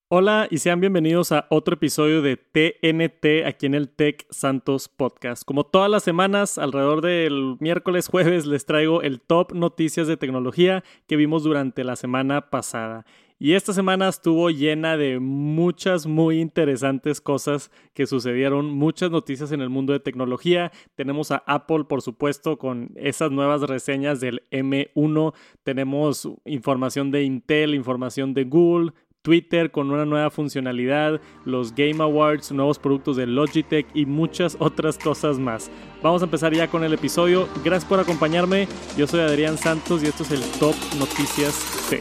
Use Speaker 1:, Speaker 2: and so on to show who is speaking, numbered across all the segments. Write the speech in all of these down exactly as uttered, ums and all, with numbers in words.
Speaker 1: Hola y sean bienvenidos a otro episodio de T N T aquí en el Tech Santos Podcast. Como todas las semanas, alrededor del miércoles, jueves, les traigo el top noticias de tecnología que vimos durante la semana pasada. Y esta semana estuvo llena de muchas muy interesantes cosas que sucedieron, muchas noticias en el mundo de tecnología. Tenemos a Apple, por supuesto, con esas nuevas reseñas del M uno. Tenemos información de Intel, información de Google, Twitter con una nueva funcionalidad, los Game Awards, nuevos productos de Logitech y muchas otras cosas más. Vamos a empezar ya con el episodio. Gracias por acompañarme. Yo soy Adrián Santos y esto es el Top Noticias Tech.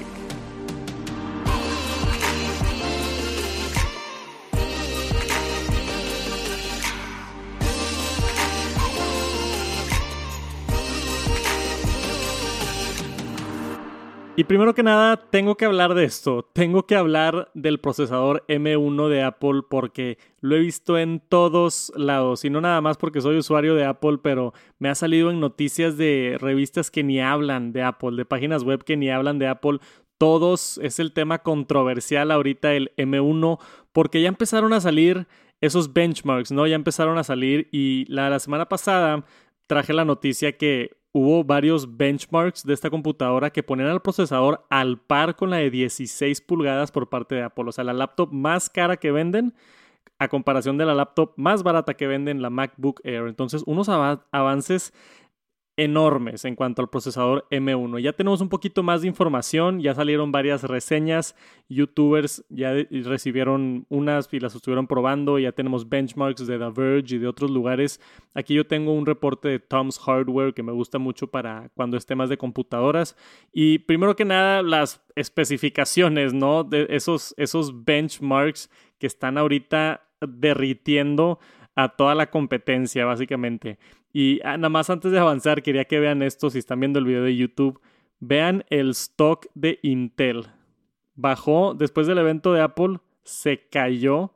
Speaker 1: Y primero que nada, tengo que hablar de esto. Tengo que hablar del procesador M uno de Apple porque lo he visto en todos lados. Y no nada más porque soy usuario de Apple, pero me ha salido en noticias de revistas que ni hablan de Apple, de páginas web que ni hablan de Apple. Todos es el tema controversial ahorita el M uno porque ya empezaron a salir esos benchmarks, ¿no? Ya empezaron a salir y la, la semana pasada traje la noticia que hubo varios benchmarks de esta computadora que ponían al procesador al par con la de dieciséis pulgadas por parte de Apple. O sea, la laptop más cara que venden a comparación de la laptop más barata que venden, la MacBook Air. Entonces, unos av- avances enormes en cuanto al procesador M uno. Ya tenemos un poquito más de información, ya salieron varias reseñas, youtubers ya de- recibieron unas y las estuvieron probando, ya tenemos benchmarks de The Verge y de otros lugares. Aquí yo tengo un reporte de Tom's Hardware que me gusta mucho para cuando es temas de computadoras. Y primero que nada, las especificaciones, ¿no? De esos, esos benchmarks que están ahorita derritiendo a toda la competencia, básicamente. Y ah, nada más antes de avanzar, quería que vean esto, si están viendo el video de YouTube, vean el stock de Intel. Bajó después del evento de Apple, se cayó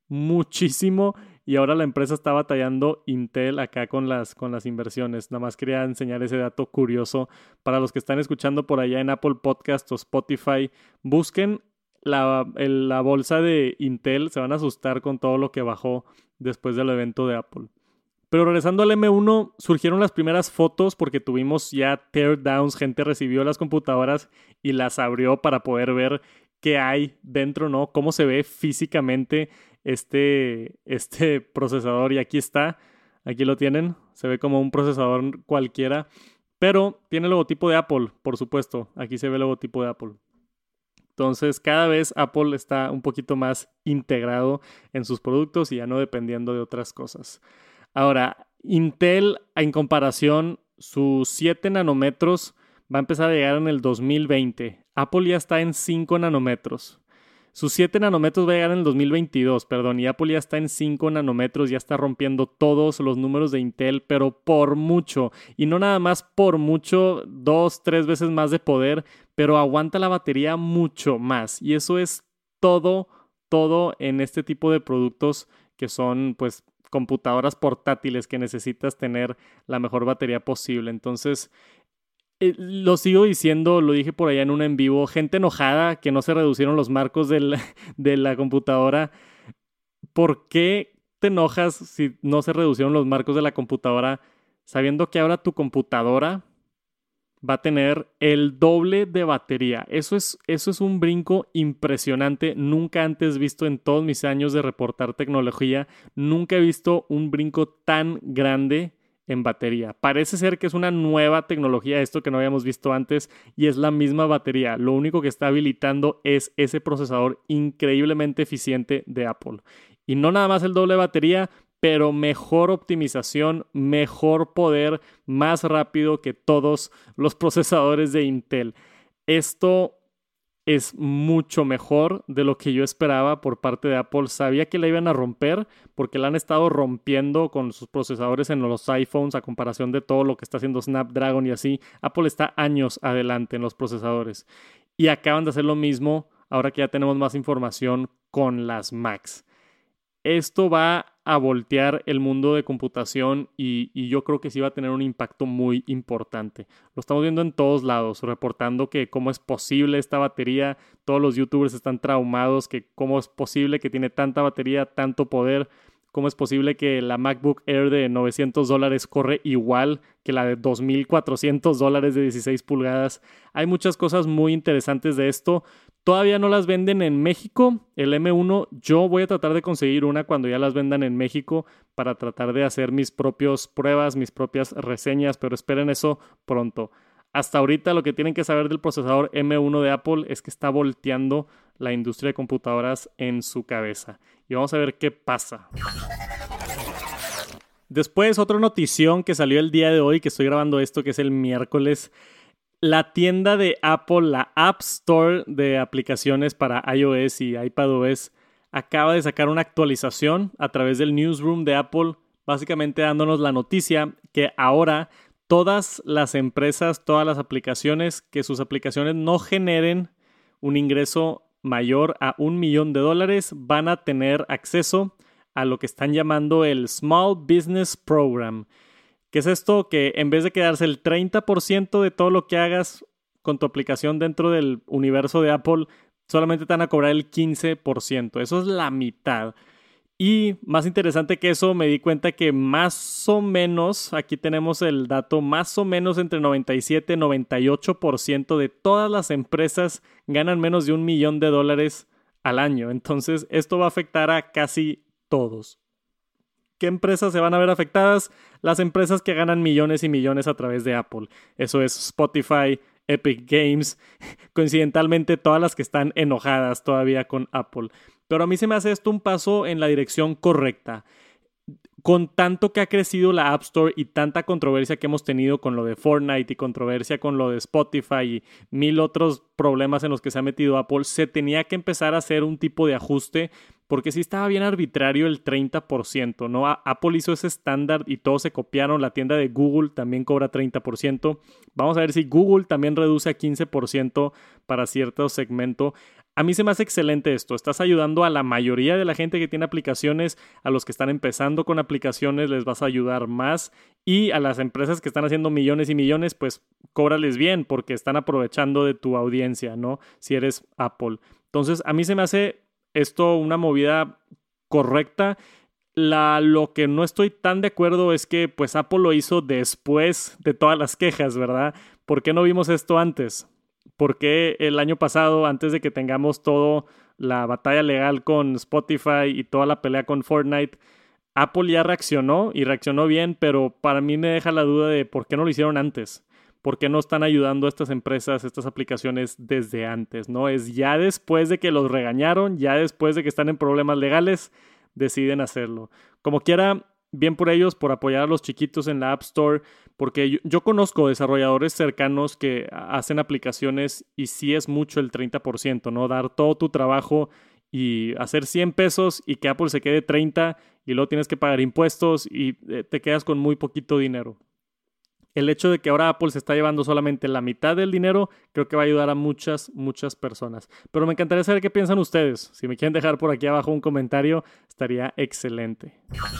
Speaker 1: muchísimo y ahora la empresa está batallando Intel acá con las, con las inversiones. Nada más quería enseñar ese dato curioso para los que están escuchando por allá en Apple Podcast o Spotify. Busquen la, el, la bolsa de Intel, se van a asustar con todo lo que bajó después del evento de Apple. Pero regresando al M uno, surgieron las primeras fotos porque tuvimos ya teardowns, gente recibió las computadoras y las abrió para poder ver qué hay dentro, ¿no? Cómo se ve físicamente este, este procesador. Y aquí está, aquí lo tienen, se ve como un procesador cualquiera, pero tiene el logotipo de Apple, por supuesto. Aquí se ve el logotipo de Apple. Entonces, cada vez Apple está un poquito más integrado en sus productos y ya no dependiendo de otras cosas. Ahora, Intel, en comparación, sus siete nanómetros va a empezar a llegar en el dos mil veinte. Apple ya está en cinco nanómetros. Sus siete nanómetros va a llegar en el dos mil veintidós, perdón, y Apple ya está en cinco nanómetros, ya está rompiendo todos los números de Intel, pero por mucho. Y no nada más por mucho, dos, tres veces más de poder, pero aguanta la batería mucho más. Y eso es todo, todo en este tipo de productos que son, pues, computadoras portátiles que necesitas tener la mejor batería posible. Entonces, eh, lo sigo diciendo, lo dije por allá en un en vivo, gente enojada que no se reducieron los marcos del, de la computadora. ¿Por qué te enojas si no se reducieron los marcos de la computadora sabiendo que ahora tu computadora va a tener el doble de batería? Eso es, eso es un brinco impresionante, nunca antes visto en todos mis años de reportar tecnología. Nunca he visto un brinco tan grande en batería. Parece ser que es una nueva tecnología, esto que no habíamos visto antes, y es la misma batería. Lo único que está habilitando es ese procesador increíblemente eficiente de Apple. Y no nada más el doble de batería, pero mejor optimización, mejor poder, más rápido que todos los procesadores de Intel. Esto es mucho mejor de lo que yo esperaba por parte de Apple. Sabía que la iban a romper porque la han estado rompiendo con sus procesadores en los iPhones a comparación de todo lo que está haciendo Snapdragon y así. Apple está años adelante en los procesadores. Y acaban de hacer lo mismo ahora que ya tenemos más información con las Macs. Esto va a voltear el mundo de computación y, y yo creo que sí va a tener un impacto muy importante. Lo estamos viendo en todos lados, reportando que cómo es posible esta batería. Todos los youtubers están traumados, que cómo es posible que tiene tanta batería, tanto poder. ¿Cómo es posible que la MacBook Air de novecientos dólares corre igual que la de dos mil cuatrocientos dólares de dieciséis pulgadas? Hay muchas cosas muy interesantes de esto. Todavía no las venden en México, el M uno. Yo voy a tratar de conseguir una cuando ya las vendan en México para tratar de hacer mis propias pruebas, mis propias reseñas, pero esperen eso pronto. Hasta ahorita lo que tienen que saber del procesador M uno de Apple es que está volteando la industria de computadoras en su cabeza. Y vamos a ver qué pasa. Después, otra notición que salió el día de hoy, que estoy grabando esto, que es el miércoles. La tienda de Apple, la App Store de aplicaciones para iOS y iPadOS, acaba de sacar una actualización a través del Newsroom de Apple, básicamente dándonos la noticia que ahora todas las empresas, todas las aplicaciones, que sus aplicaciones no generen un ingreso mayor a un millón de dólares, van a tener acceso a lo que están llamando el Small Business Program. ¿Qué es esto? Que en vez de quedarse el treinta por ciento de todo lo que hagas con tu aplicación dentro del universo de Apple, solamente te van a cobrar el quince por ciento. Eso es la mitad. Y más interesante que eso, me di cuenta que más o menos, aquí tenemos el dato, más o menos entre noventa y siete y noventa y ocho por ciento de todas las empresas ganan menos de un millón de dólares al año. Entonces, esto va a afectar a casi todos. ¿Qué empresas se van a ver afectadas? Las empresas que ganan millones y millones a través de Apple. Eso es Spotify, Epic Games, coincidentalmente todas las que están enojadas todavía con Apple. Pero a mí se me hace esto un paso en la dirección correcta. Con tanto que ha crecido la App Store y tanta controversia que hemos tenido con lo de Fortnite y controversia con lo de Spotify y mil otros problemas en los que se ha metido Apple, se tenía que empezar a hacer un tipo de ajuste porque sí estaba bien arbitrario el treinta por ciento, ¿no? Apple hizo ese estándar y todos se copiaron. La tienda de Google también cobra treinta por ciento. Vamos a ver si Google también reduce a quince por ciento para cierto segmento. A mí se me hace excelente esto. Estás ayudando a la mayoría de la gente que tiene aplicaciones, a los que están empezando con aplicaciones les vas a ayudar más y a las empresas que están haciendo millones y millones, pues cóbrales bien porque están aprovechando de tu audiencia, ¿no? Si eres Apple. Entonces, a mí se me hace esto una movida correcta. La, lo que no estoy tan de acuerdo es que pues Apple lo hizo después de todas las quejas, ¿verdad? ¿Por qué no vimos esto antes? ¿Por qué el año pasado, antes de que tengamos toda la batalla legal con Spotify y toda la pelea con Fortnite, Apple ya reaccionó y reaccionó bien, pero para mí me deja la duda de por qué no lo hicieron antes? ¿Por qué no están ayudando a estas empresas, estas aplicaciones desde antes? ¿No? Es ya después de que los regañaron, ya después de que están en problemas legales, deciden hacerlo. Como quiera, bien por ellos, por apoyar a los chiquitos en la App Store, porque yo, yo conozco desarrolladores cercanos que hacen aplicaciones y sí es mucho el treinta por ciento, ¿no? Dar todo tu trabajo y hacer cien pesos y que Apple se quede treinta y luego tienes que pagar impuestos y te quedas con muy poquito dinero. El hecho de que ahora Apple se está llevando solamente la mitad del dinero, creo que va a ayudar a muchas, muchas personas. Pero me encantaría saber qué piensan ustedes. Si me quieren dejar por aquí abajo un comentario, estaría excelente.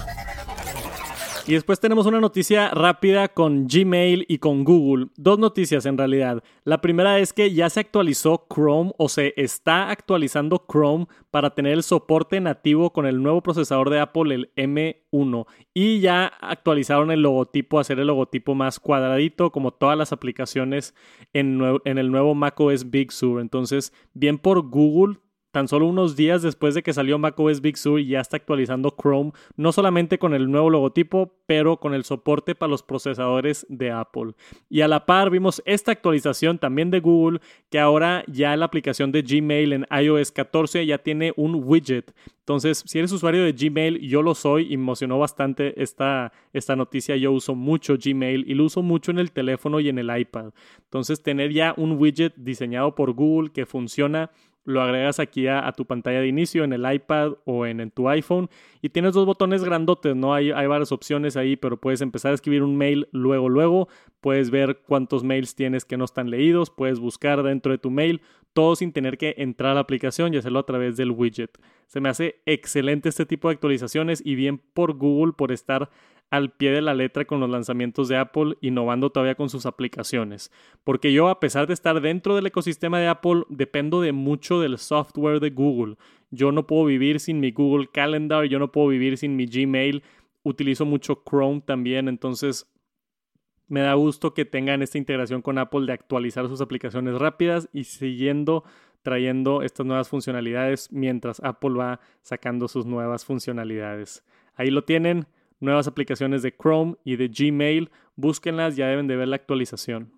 Speaker 1: Y después tenemos una noticia rápida con Gmail y con Google. Dos noticias en realidad. La primera es que ya se actualizó Chrome o se está actualizando Chrome para tener el soporte nativo con el nuevo procesador de Apple, el M uno. Y ya actualizaron el logotipo, hacer el logotipo más cuadradito como todas las aplicaciones en, nue- en el nuevo macOS Big Sur. Entonces, bien por Google. Tan solo unos días después de que salió macOS Big Sur y ya está actualizando Chrome, no solamente con el nuevo logotipo, pero con el soporte para los procesadores de Apple. Y a la par vimos esta actualización también de Google, que ahora ya la aplicación de Gmail en iOS catorce ya tiene un widget. Entonces, si eres usuario de Gmail, yo lo soy y me emocionó bastante esta, esta noticia. Yo uso mucho Gmail y lo uso mucho en el teléfono y en el iPad. Entonces, tener ya un widget diseñado por Google que funciona lo agregas aquí a, a tu pantalla de inicio en el iPad o en, en tu iPhone y tienes dos botones grandotes, ¿no? Hay, hay varias opciones ahí, pero puedes empezar a escribir un mail luego, luego. Puedes ver cuántos mails tienes que no están leídos, puedes buscar dentro de tu mail, todo sin tener que entrar a la aplicación y hacerlo a través del widget. Se me hace excelente este tipo de actualizaciones y bien por Google por estar al pie de la letra con los lanzamientos de Apple, innovando todavía con sus aplicaciones. Porque yo, a pesar de estar dentro del ecosistema de Apple, dependo de mucho del software de Google. Yo no puedo vivir sin mi Google Calendar, yo no puedo vivir sin mi Gmail. Utilizo mucho Chrome también, entonces me da gusto que tengan esta integración con Apple de actualizar sus aplicaciones rápidas y siguiendo trayendo estas nuevas funcionalidades mientras Apple va sacando sus nuevas funcionalidades. Ahí lo tienen. Nuevas aplicaciones de Chrome y de Gmail, búsquenlas, ya deben de ver la actualización.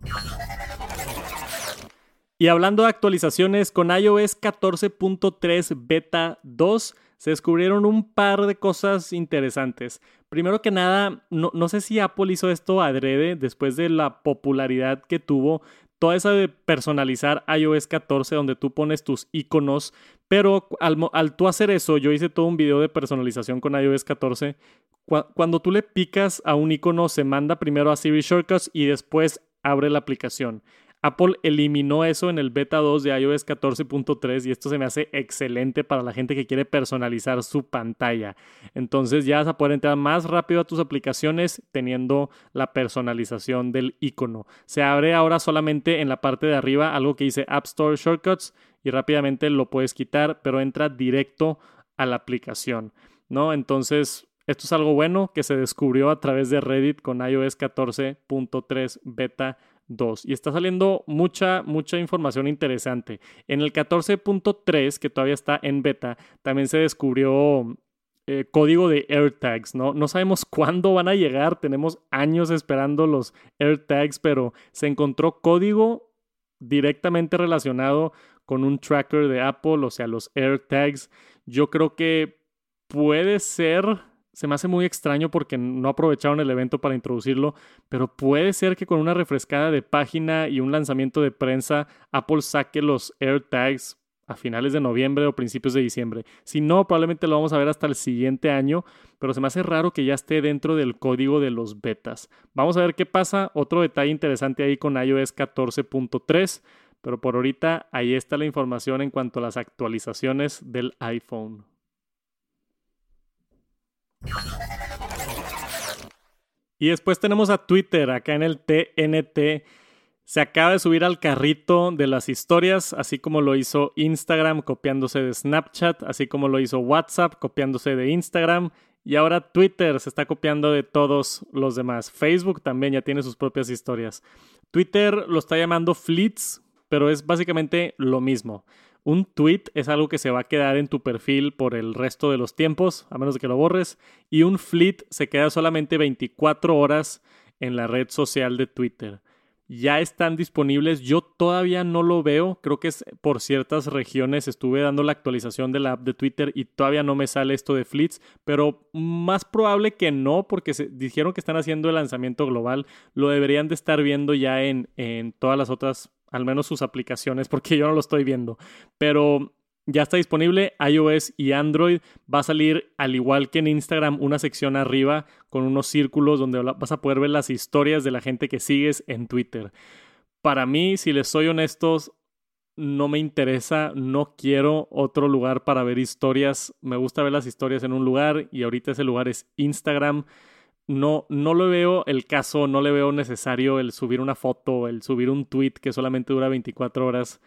Speaker 1: Y hablando de actualizaciones, con iOS catorce punto tres Beta dos se descubrieron un par de cosas interesantes. Primero que nada, no, no sé si Apple hizo esto adrede después de la popularidad que tuvo toda esa de personalizar iOS catorce donde tú pones tus iconos, pero al, al tú hacer eso, yo hice todo un video de personalización con iOS catorce. Cuando tú le picas a un icono, se manda primero a Siri Shortcuts y después abre la aplicación. Apple eliminó eso en el beta dos de iOS catorce punto tres y esto se me hace excelente para la gente que quiere personalizar su pantalla. Entonces ya vas a poder entrar más rápido a tus aplicaciones teniendo la personalización del icono. Se abre ahora solamente en la parte de arriba algo que dice App Store Shortcuts y rápidamente lo puedes quitar, pero entra directo a la aplicación, ¿no? Entonces esto es algo bueno que se descubrió a través de Reddit con iOS catorce punto tres Beta dos. Y está saliendo mucha, mucha información interesante. En el catorce punto tres, que todavía está en beta, también se descubrió eh, código de AirTags, ¿no? No sabemos cuándo van a llegar. Tenemos años esperando los AirTags, pero se encontró código directamente relacionado con un tracker de Apple, o sea, los AirTags. Yo creo que puede ser... Se me hace muy extraño porque no aprovecharon el evento para introducirlo, pero puede ser que con una refrescada de página y un lanzamiento de prensa, Apple saque los AirTags a finales de noviembre o principios de diciembre. Si no, probablemente lo vamos a ver hasta el siguiente año, pero se me hace raro que ya esté dentro del código de los betas. Vamos a ver qué pasa. Otro detalle interesante ahí con iOS catorce punto tres, pero por ahorita ahí está la información en cuanto a las actualizaciones del iPhone. Y después tenemos a Twitter, acá en el T N T. Se acaba de subir al carrito de las historias, así como lo hizo Instagram copiándose de Snapchat, así como lo hizo WhatsApp copiándose de Instagram. Y ahora Twitter se está copiando de todos los demás. Facebook también ya tiene sus propias historias. Twitter lo está llamando Fleets, pero es básicamente lo mismo. Un tweet es algo que se va a quedar en tu perfil por el resto de los tiempos, a menos de que lo borres. Y un fleet se queda solamente veinticuatro horas en la red social de Twitter. Ya están disponibles. Yo todavía no lo veo. Creo que es por ciertas regiones. Estuve dando la actualización de la app de Twitter y todavía no me sale esto de fleets. Pero más probable que no, porque se dijeron que están haciendo el lanzamiento global. Lo deberían de estar viendo ya en, en todas las otras, al menos sus aplicaciones, porque yo no lo estoy viendo. Pero ya está disponible iOS y Android. Va a salir, al igual que en Instagram, una sección arriba con unos círculos donde vas a poder ver las historias de la gente que sigues en Twitter. Para mí, si les soy honestos, no me interesa, no quiero otro lugar para ver historias. Me gusta ver las historias en un lugar y ahorita ese lugar es Instagram. No, no le veo el caso, no le veo necesario el subir una foto, el subir un tweet que solamente dura veinticuatro horas.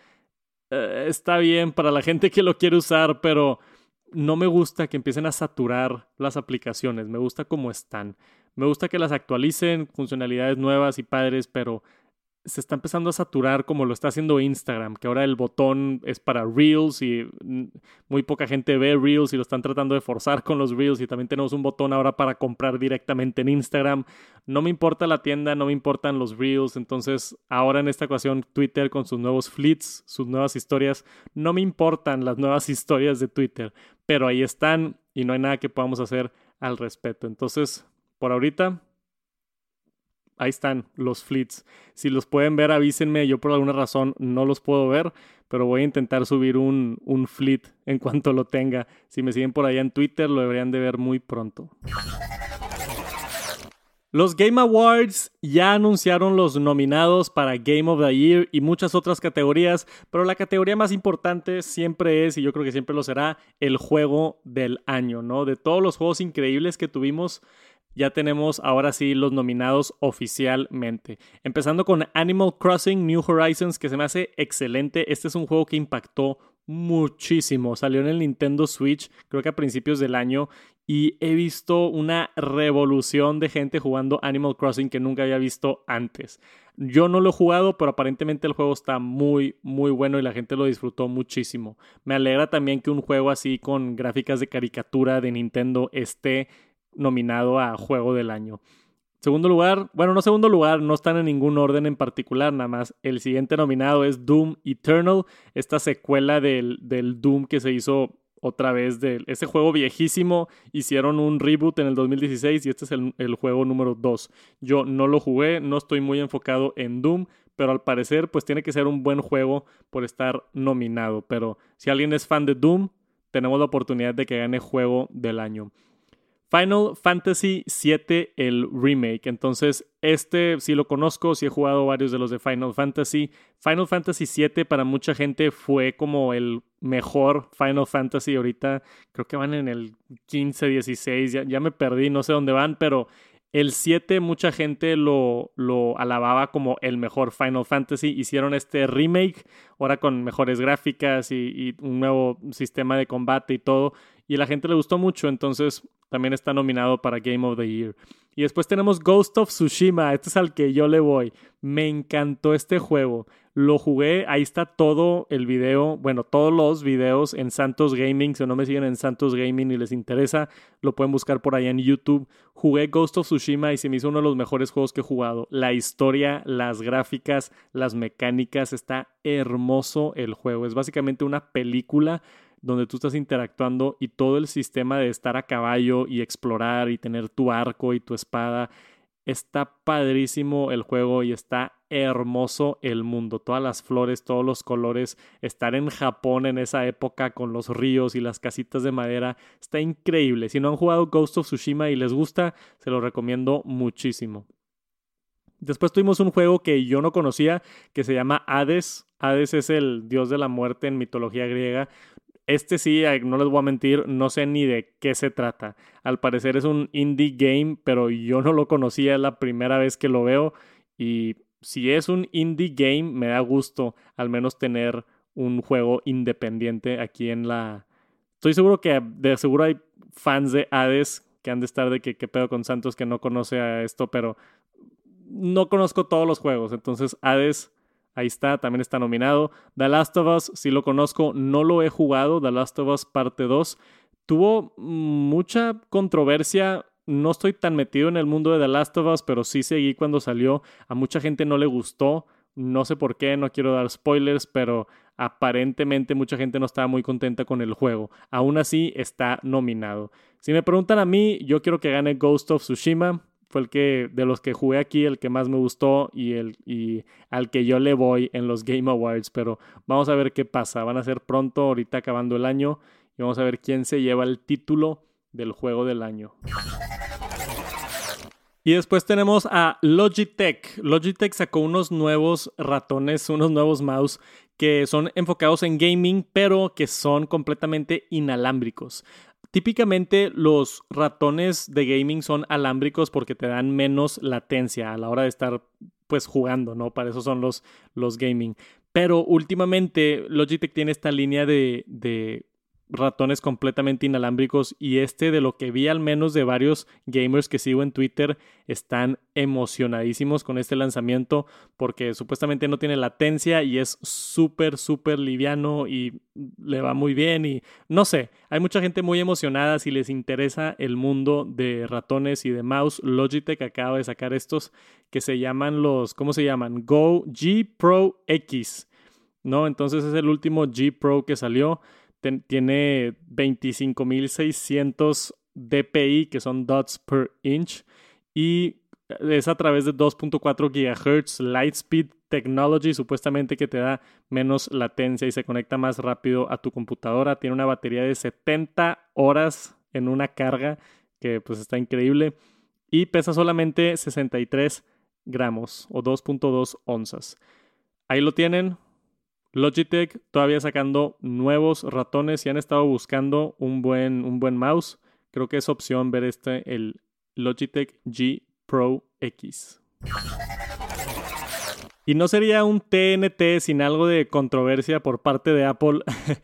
Speaker 1: Uh, está bien para la gente que lo quiere usar, pero no me gusta que empiecen a saturar las aplicaciones. Me gusta cómo están. Me gusta que las actualicen, funcionalidades nuevas y padres, pero se está empezando a saturar como lo está haciendo Instagram, que ahora el botón es para Reels y muy poca gente ve Reels y lo están tratando de forzar con los Reels, y también tenemos un botón ahora para comprar directamente en Instagram. No me importa la tienda, no me importan los Reels, entonces ahora en esta ocasión Twitter con sus nuevos fleets, sus nuevas historias, no me importan las nuevas historias de Twitter, pero ahí están y no hay nada que podamos hacer al respecto. Entonces, por ahorita, ahí están los fleets. Si los pueden ver, avísenme. Yo por alguna razón no los puedo ver, pero voy a intentar subir un, un fleet en cuanto lo tenga. Si me siguen por allá en Twitter, lo deberían de ver muy pronto. Los Game Awards ya anunciaron los nominados para Game of the Year y muchas otras categorías, pero la categoría más importante siempre es, y yo creo que siempre lo será, el juego del año, ¿no? De todos los juegos increíbles que tuvimos, ya tenemos ahora sí los nominados oficialmente. Empezando con Animal Crossing New Horizons, que se me hace excelente. Este es un juego que impactó muchísimo. Salió en el Nintendo Switch, creo que a principios del año, y he visto una revolución de gente jugando Animal Crossing que nunca había visto antes. Yo no lo he jugado, pero aparentemente el juego está muy, muy bueno y la gente lo disfrutó muchísimo. Me alegra también que un juego así con gráficas de caricatura de Nintendo esté nominado a Juego del Año. Segundo lugar, bueno, no segundo lugar, no están en ningún orden en particular, nada más. El siguiente nominado es Doom Eternal, esta secuela del, del Doom que se hizo otra vez de ese juego viejísimo. Hicieron un reboot en el dos mil dieciséis y este es el, el juego número dos. Yo no lo jugué, no estoy muy enfocado en Doom, pero al parecer pues tiene que ser un buen juego por estar nominado. Pero si alguien es fan de Doom, tenemos la oportunidad de que gane Juego del Año. Final Fantasy siete, el remake. Entonces, este sí lo conozco, sí he jugado varios de los de Final Fantasy. Final Fantasy siete para mucha gente fue como el mejor Final Fantasy. Ahorita creo que van en el quince, dieciséis, ya, ya me perdí, no sé dónde van, pero el siete mucha gente lo, lo alababa como el mejor Final Fantasy. Hicieron este remake, ahora con mejores gráficas y, y un nuevo sistema de combate y todo. Y a la gente le gustó mucho, entonces también está nominado para Game of the Year. Y después tenemos Ghost of Tsushima, este es al que yo le voy. Me encantó este juego. Lo jugué, ahí está todo el video, bueno, todos los videos en Santos Gaming. Si no me siguen en Santos Gaming y les interesa, lo pueden buscar por allá en YouTube. Jugué Ghost of Tsushima y se me hizo uno de los mejores juegos que he jugado. La historia, las gráficas, las mecánicas, está hermoso el juego. Es básicamente una película donde tú estás interactuando y todo el sistema de estar a caballo y explorar y tener tu arco y tu espada. Está padrísimo el juego y está hermoso el mundo. Todas las flores, todos los colores. Estar en Japón en esa época con los ríos y las casitas de madera. Está increíble. Si no han jugado Ghost of Tsushima y les gusta, se lo recomiendo muchísimo. Después tuvimos un juego que yo no conocía que se llama Hades. Hades es el dios de la muerte en mitología griega. Este sí, no les voy a mentir, no sé ni de qué se trata. Al parecer es un indie game, pero yo no lo conocía, es la primera vez que lo veo. Y si es un indie game, me da gusto al menos tener un juego independiente aquí en la... Estoy seguro que de seguro hay fans de Hades que han de estar de que qué pedo con Santos que no conoce a esto, pero no conozco todos los juegos. Entonces Hades... ahí está, también está nominado. The Last of Us, sí lo conozco, no lo he jugado. The Last of Us parte dos. Tuvo mucha controversia. No estoy tan metido en el mundo de The Last of Us, pero sí seguí cuando salió. A mucha gente no le gustó. No sé por qué, no quiero dar spoilers, pero aparentemente mucha gente no estaba muy contenta con el juego. Aún así, está nominado. Si me preguntan a mí, yo quiero que gane Ghost of Tsushima. Fue el que, de los que jugué aquí, el que más me gustó y, el, y al que yo le voy en los Game Awards. Pero vamos a ver qué pasa. Van a ser pronto, ahorita acabando el año. Y vamos a ver quién se lleva el título del juego del año. Y después tenemos a Logitech. Logitech sacó unos nuevos ratones, unos nuevos mouse que son enfocados en gaming, pero que son completamente inalámbricos. Típicamente los ratones de gaming son alámbricos porque te dan menos latencia a la hora de estar pues jugando, ¿no? Para eso son los, los gaming. Pero últimamente Logitech tiene esta línea de, de ratones completamente inalámbricos y este, de lo que vi al menos de varios gamers que sigo en Twitter, están emocionadísimos con este lanzamiento porque supuestamente no tiene latencia y es súper, súper liviano y le va muy bien y no sé, hay mucha gente muy emocionada. Si les interesa el mundo de ratones y de mouse, Logitech acaba de sacar estos que se llaman los, ¿cómo se llaman? Go G Pro X, ¿no? Entonces es el último G Pro que salió. Tiene veinticinco mil seiscientos D P I, que son dots per inch, y Es a través de dos punto cuatro gigahertz Lightspeed Technology, supuestamente que te da menos latencia y se conecta más rápido a tu computadora. Tiene una batería de setenta horas en una carga, que pues está increíble. Y pesa solamente sesenta y tres gramos o dos punto dos onzas. Ahí lo tienen. Logitech todavía sacando nuevos ratones. Si han estado buscando un buen, un buen mouse, creo que es opción ver este, el Logitech G Pro X. Y no sería un T N T sin algo de controversia por parte de Apple.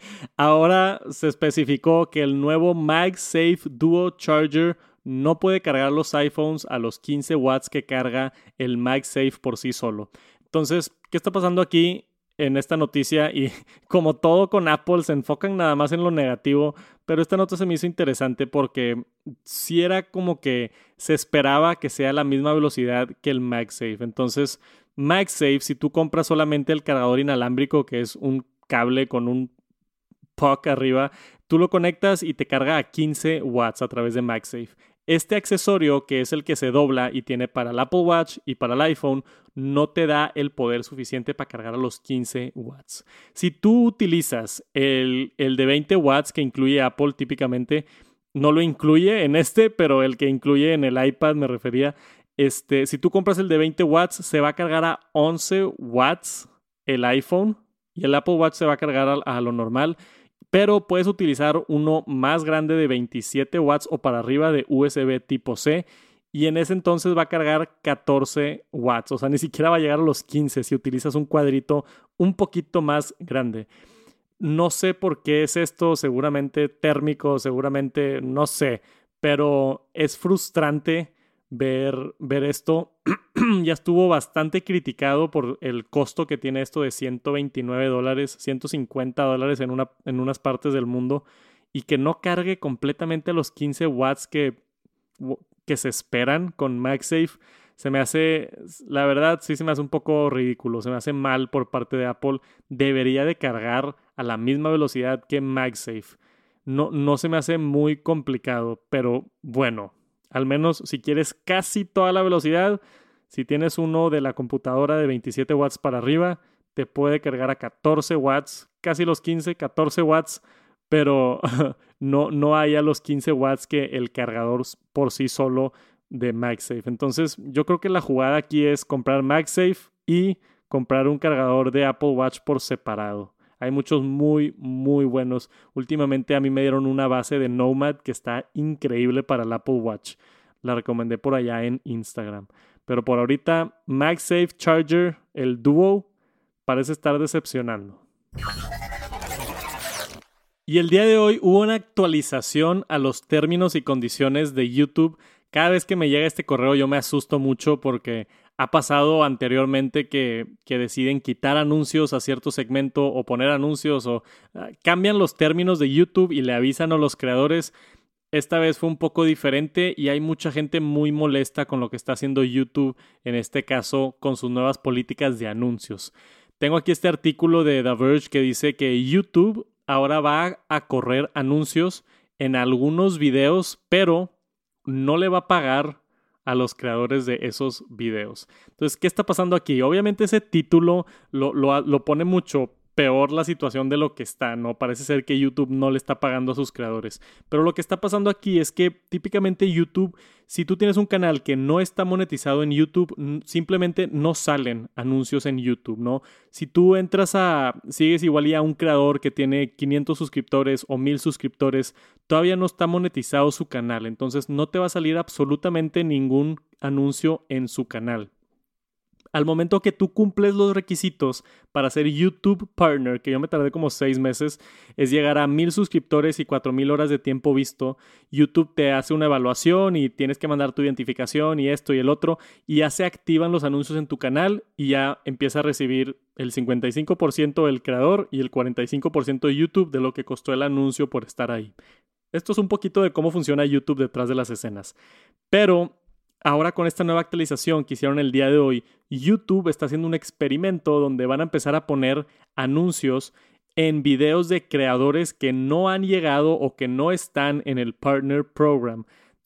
Speaker 1: Ahora se especificó que el nuevo MagSafe Duo Charger no puede cargar los iPhones a los quince watts que carga el MagSafe por sí solo. Entonces, ¿qué está pasando aquí en esta noticia? Y como todo con Apple, se enfocan nada más en lo negativo, pero esta nota se me hizo interesante porque sí era como que se esperaba que sea la misma velocidad que el MagSafe. Entonces, MagSafe, si tú compras solamente el cargador inalámbrico, que es un cable con un puck arriba, tú lo conectas y te carga a quince watts a través de MagSafe. Este accesorio, que es el que se dobla y tiene para el Apple Watch y para el iPhone, no te da el poder suficiente para cargar a los quince watts. Si tú utilizas el, el de veinte watts que incluye Apple típicamente, no lo incluye en este, pero el que incluye en el iPad me refería, este, si tú compras el de veinte watts, se va a cargar a once watts el iPhone y el Apple Watch se va a cargar a, a lo normal. Pero puedes utilizar uno más grande de veintisiete watts o para arriba de U S B tipo C y en ese entonces va a cargar catorce watts. O sea, ni siquiera va a llegar a los quince si utilizas un cuadrito un poquito más grande. No sé por qué es esto, seguramente térmico, seguramente no sé, pero es frustrante ver, ver esto. Ya estuvo bastante criticado por el costo que tiene esto de ciento veintinueve dólares, ciento cincuenta dólares en, una, en unas partes del mundo y que no cargue completamente los quince watts que, que se esperan con MagSafe. Se me hace, la verdad, sí se me hace un poco ridículo, se me hace mal por parte de Apple. Debería de cargar a la misma velocidad que MagSafe. No, no se me hace muy complicado, pero bueno, al menos si quieres casi toda la velocidad, si tienes uno de la computadora de veintisiete watts para arriba, te puede cargar a catorce watts, casi los quince, catorce watts, pero no, no hay a los quince watts que el cargador por sí solo de MagSafe. Entonces, yo creo que la jugada aquí es comprar MagSafe y comprar un cargador de Apple Watch por separado. Hay muchos muy, muy buenos. Últimamente a mí me dieron una base de Nomad que está increíble para el Apple Watch. La recomendé por allá en Instagram. Pero por ahorita, MagSafe Charger, el Duo, parece estar decepcionando. Y el día de hoy hubo una actualización a los términos y condiciones de YouTube. Cada vez que me llega este correo yo me asusto mucho porque ha pasado anteriormente que, que deciden quitar anuncios a cierto segmento o poner anuncios o uh, cambian los términos de YouTube y le avisan a los creadores. Esta vez fue un poco diferente y hay mucha gente muy molesta con lo que está haciendo YouTube, en este caso con sus nuevas políticas de anuncios. Tengo aquí este artículo de The Verge que dice que YouTube ahora va a correr anuncios en algunos videos, pero no le va a pagar a los creadores de esos videos. Entonces, ¿qué está pasando aquí? Obviamente ese título lo, lo, lo pone mucho peor la situación de lo que está, ¿no? Parece ser que YouTube no le está pagando a sus creadores. Pero lo que está pasando aquí es que típicamente YouTube, si tú tienes un canal que no está monetizado en YouTube, simplemente no salen anuncios en YouTube, ¿no? Si tú entras a, sigues igual y a un creador que tiene quinientos suscriptores o mil suscriptores, todavía no está monetizado su canal. Entonces no te va a salir absolutamente ningún anuncio en su canal. Al momento que tú cumples los requisitos para ser YouTube Partner, que yo me tardé como seis meses, es llegar a mil suscriptores y cuatro mil horas de tiempo visto. YouTube te hace una evaluación y tienes que mandar tu identificación y esto y el otro, y ya se activan los anuncios en tu canal y ya empieza a recibir el cincuenta y cinco por ciento del creador y el cuarenta y cinco por ciento de YouTube de lo que costó el anuncio por estar ahí. Esto es un poquito de cómo funciona YouTube detrás de las escenas. Pero ahora con esta nueva actualización que hicieron el día de hoy, YouTube está haciendo un experimento donde van a empezar a poner anuncios en videos de creadores que no han llegado o que no están en el Partner Program.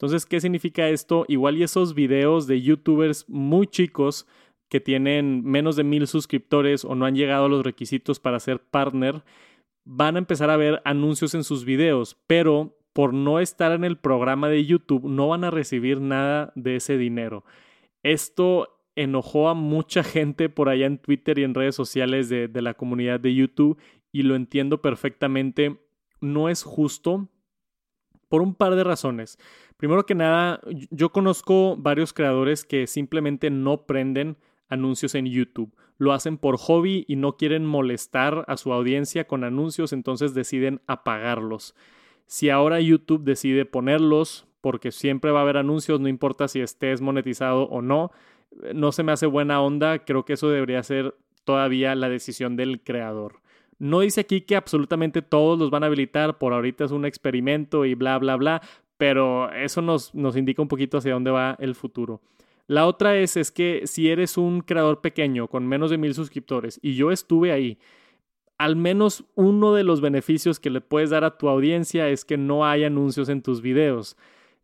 Speaker 1: Entonces, ¿qué significa esto? Igual y esos videos de youtubers muy chicos que tienen menos de mil suscriptores o no han llegado a los requisitos para ser partner, van a empezar a ver anuncios en sus videos, pero por no estar en el programa de YouTube no van a recibir nada de ese dinero. Esto enojó a mucha gente por allá en Twitter y en redes sociales de, de la comunidad de YouTube y lo entiendo perfectamente. No es justo por un par de razones. Primero que nada, yo conozco varios creadores que simplemente no prenden anuncios en YouTube. Lo hacen por hobby y no quieren molestar a su audiencia con anuncios, entonces deciden apagarlos. Si ahora YouTube decide ponerlos, porque siempre va a haber anuncios, no importa si estés monetizado o no, no se me hace buena onda. Creo que eso debería ser todavía la decisión del creador. No dice aquí que absolutamente todos los van a habilitar, por ahorita es un experimento y bla, bla, bla, pero eso nos, nos indica un poquito hacia dónde va el futuro. La otra es, es que si eres un creador pequeño con menos de mil suscriptores y yo estuve ahí, al menos uno de los beneficios que le puedes dar a tu audiencia es que no hay anuncios en tus videos.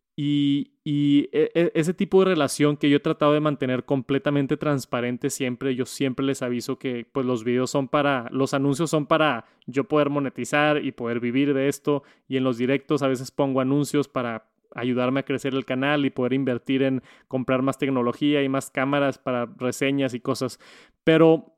Speaker 1: Y, y ese tipo de relación que yo he tratado de mantener completamente transparente siempre, yo siempre les aviso que pues los videos son para, los anuncios son para yo poder monetizar y poder vivir de esto, y en los directos a veces pongo anuncios para ayudarme a crecer el canal y poder invertir en comprar más tecnología y más cámaras para reseñas y cosas, pero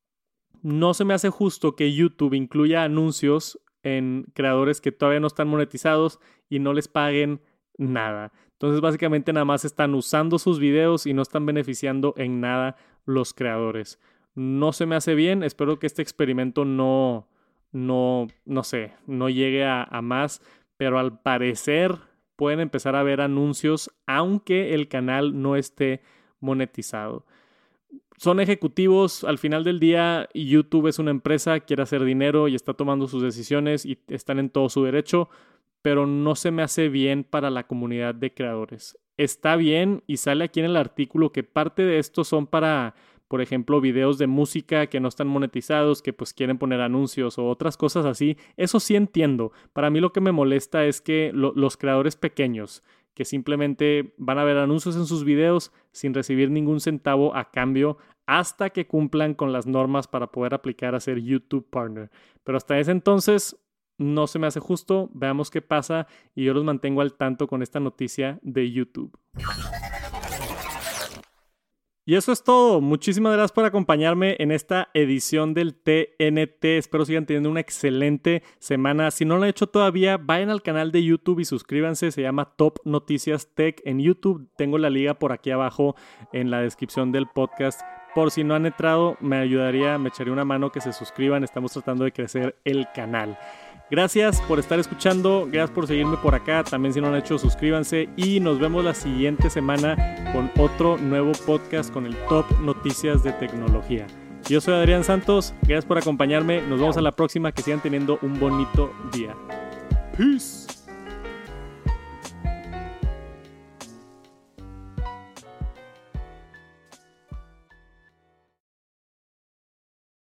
Speaker 1: no se me hace justo que YouTube incluya anuncios en creadores que todavía no están monetizados y no les paguen nada. Entonces básicamente nada más están usando sus videos y no están beneficiando en nada los creadores. No se me hace bien, espero que este experimento no, no, no sé, no llegue a, a más, pero al parecer pueden empezar a ver anuncios aunque el canal no esté monetizado. Son ejecutivos, al final del día YouTube es una empresa, quiere hacer dinero y está tomando sus decisiones y están en todo su derecho, pero no se me hace bien para la comunidad de creadores. Está bien y sale aquí en el artículo que parte de esto son para, por ejemplo, videos de música que no están monetizados, que pues quieren poner anuncios o otras cosas así. Eso sí entiendo. Para mí lo que me molesta es que lo, los creadores pequeños, que simplemente van a ver anuncios en sus videos sin recibir ningún centavo a cambio hasta que cumplan con las normas para poder aplicar a ser YouTube Partner. Pero hasta ese entonces no se me hace justo. Veamos qué pasa y yo los mantengo al tanto con esta noticia de YouTube. Y eso es todo. Muchísimas gracias por acompañarme en esta edición del T N T. Espero sigan teniendo una excelente semana. Si no lo han hecho todavía, vayan al canal de YouTube y suscríbanse. Se llama Top Noticias Tech en YouTube. Tengo la liga por aquí abajo en la descripción del podcast. Por si no han entrado, me ayudaría, me echaría una mano que se suscriban. Estamos tratando de crecer el canal. Gracias por estar escuchando, gracias por seguirme por acá, también si no lo han hecho suscríbanse y nos vemos la siguiente semana con otro nuevo podcast con el Top Noticias de Tecnología. Yo soy Adrián Santos, gracias por acompañarme, nos vemos a la próxima, que sigan teniendo un bonito día. Peace.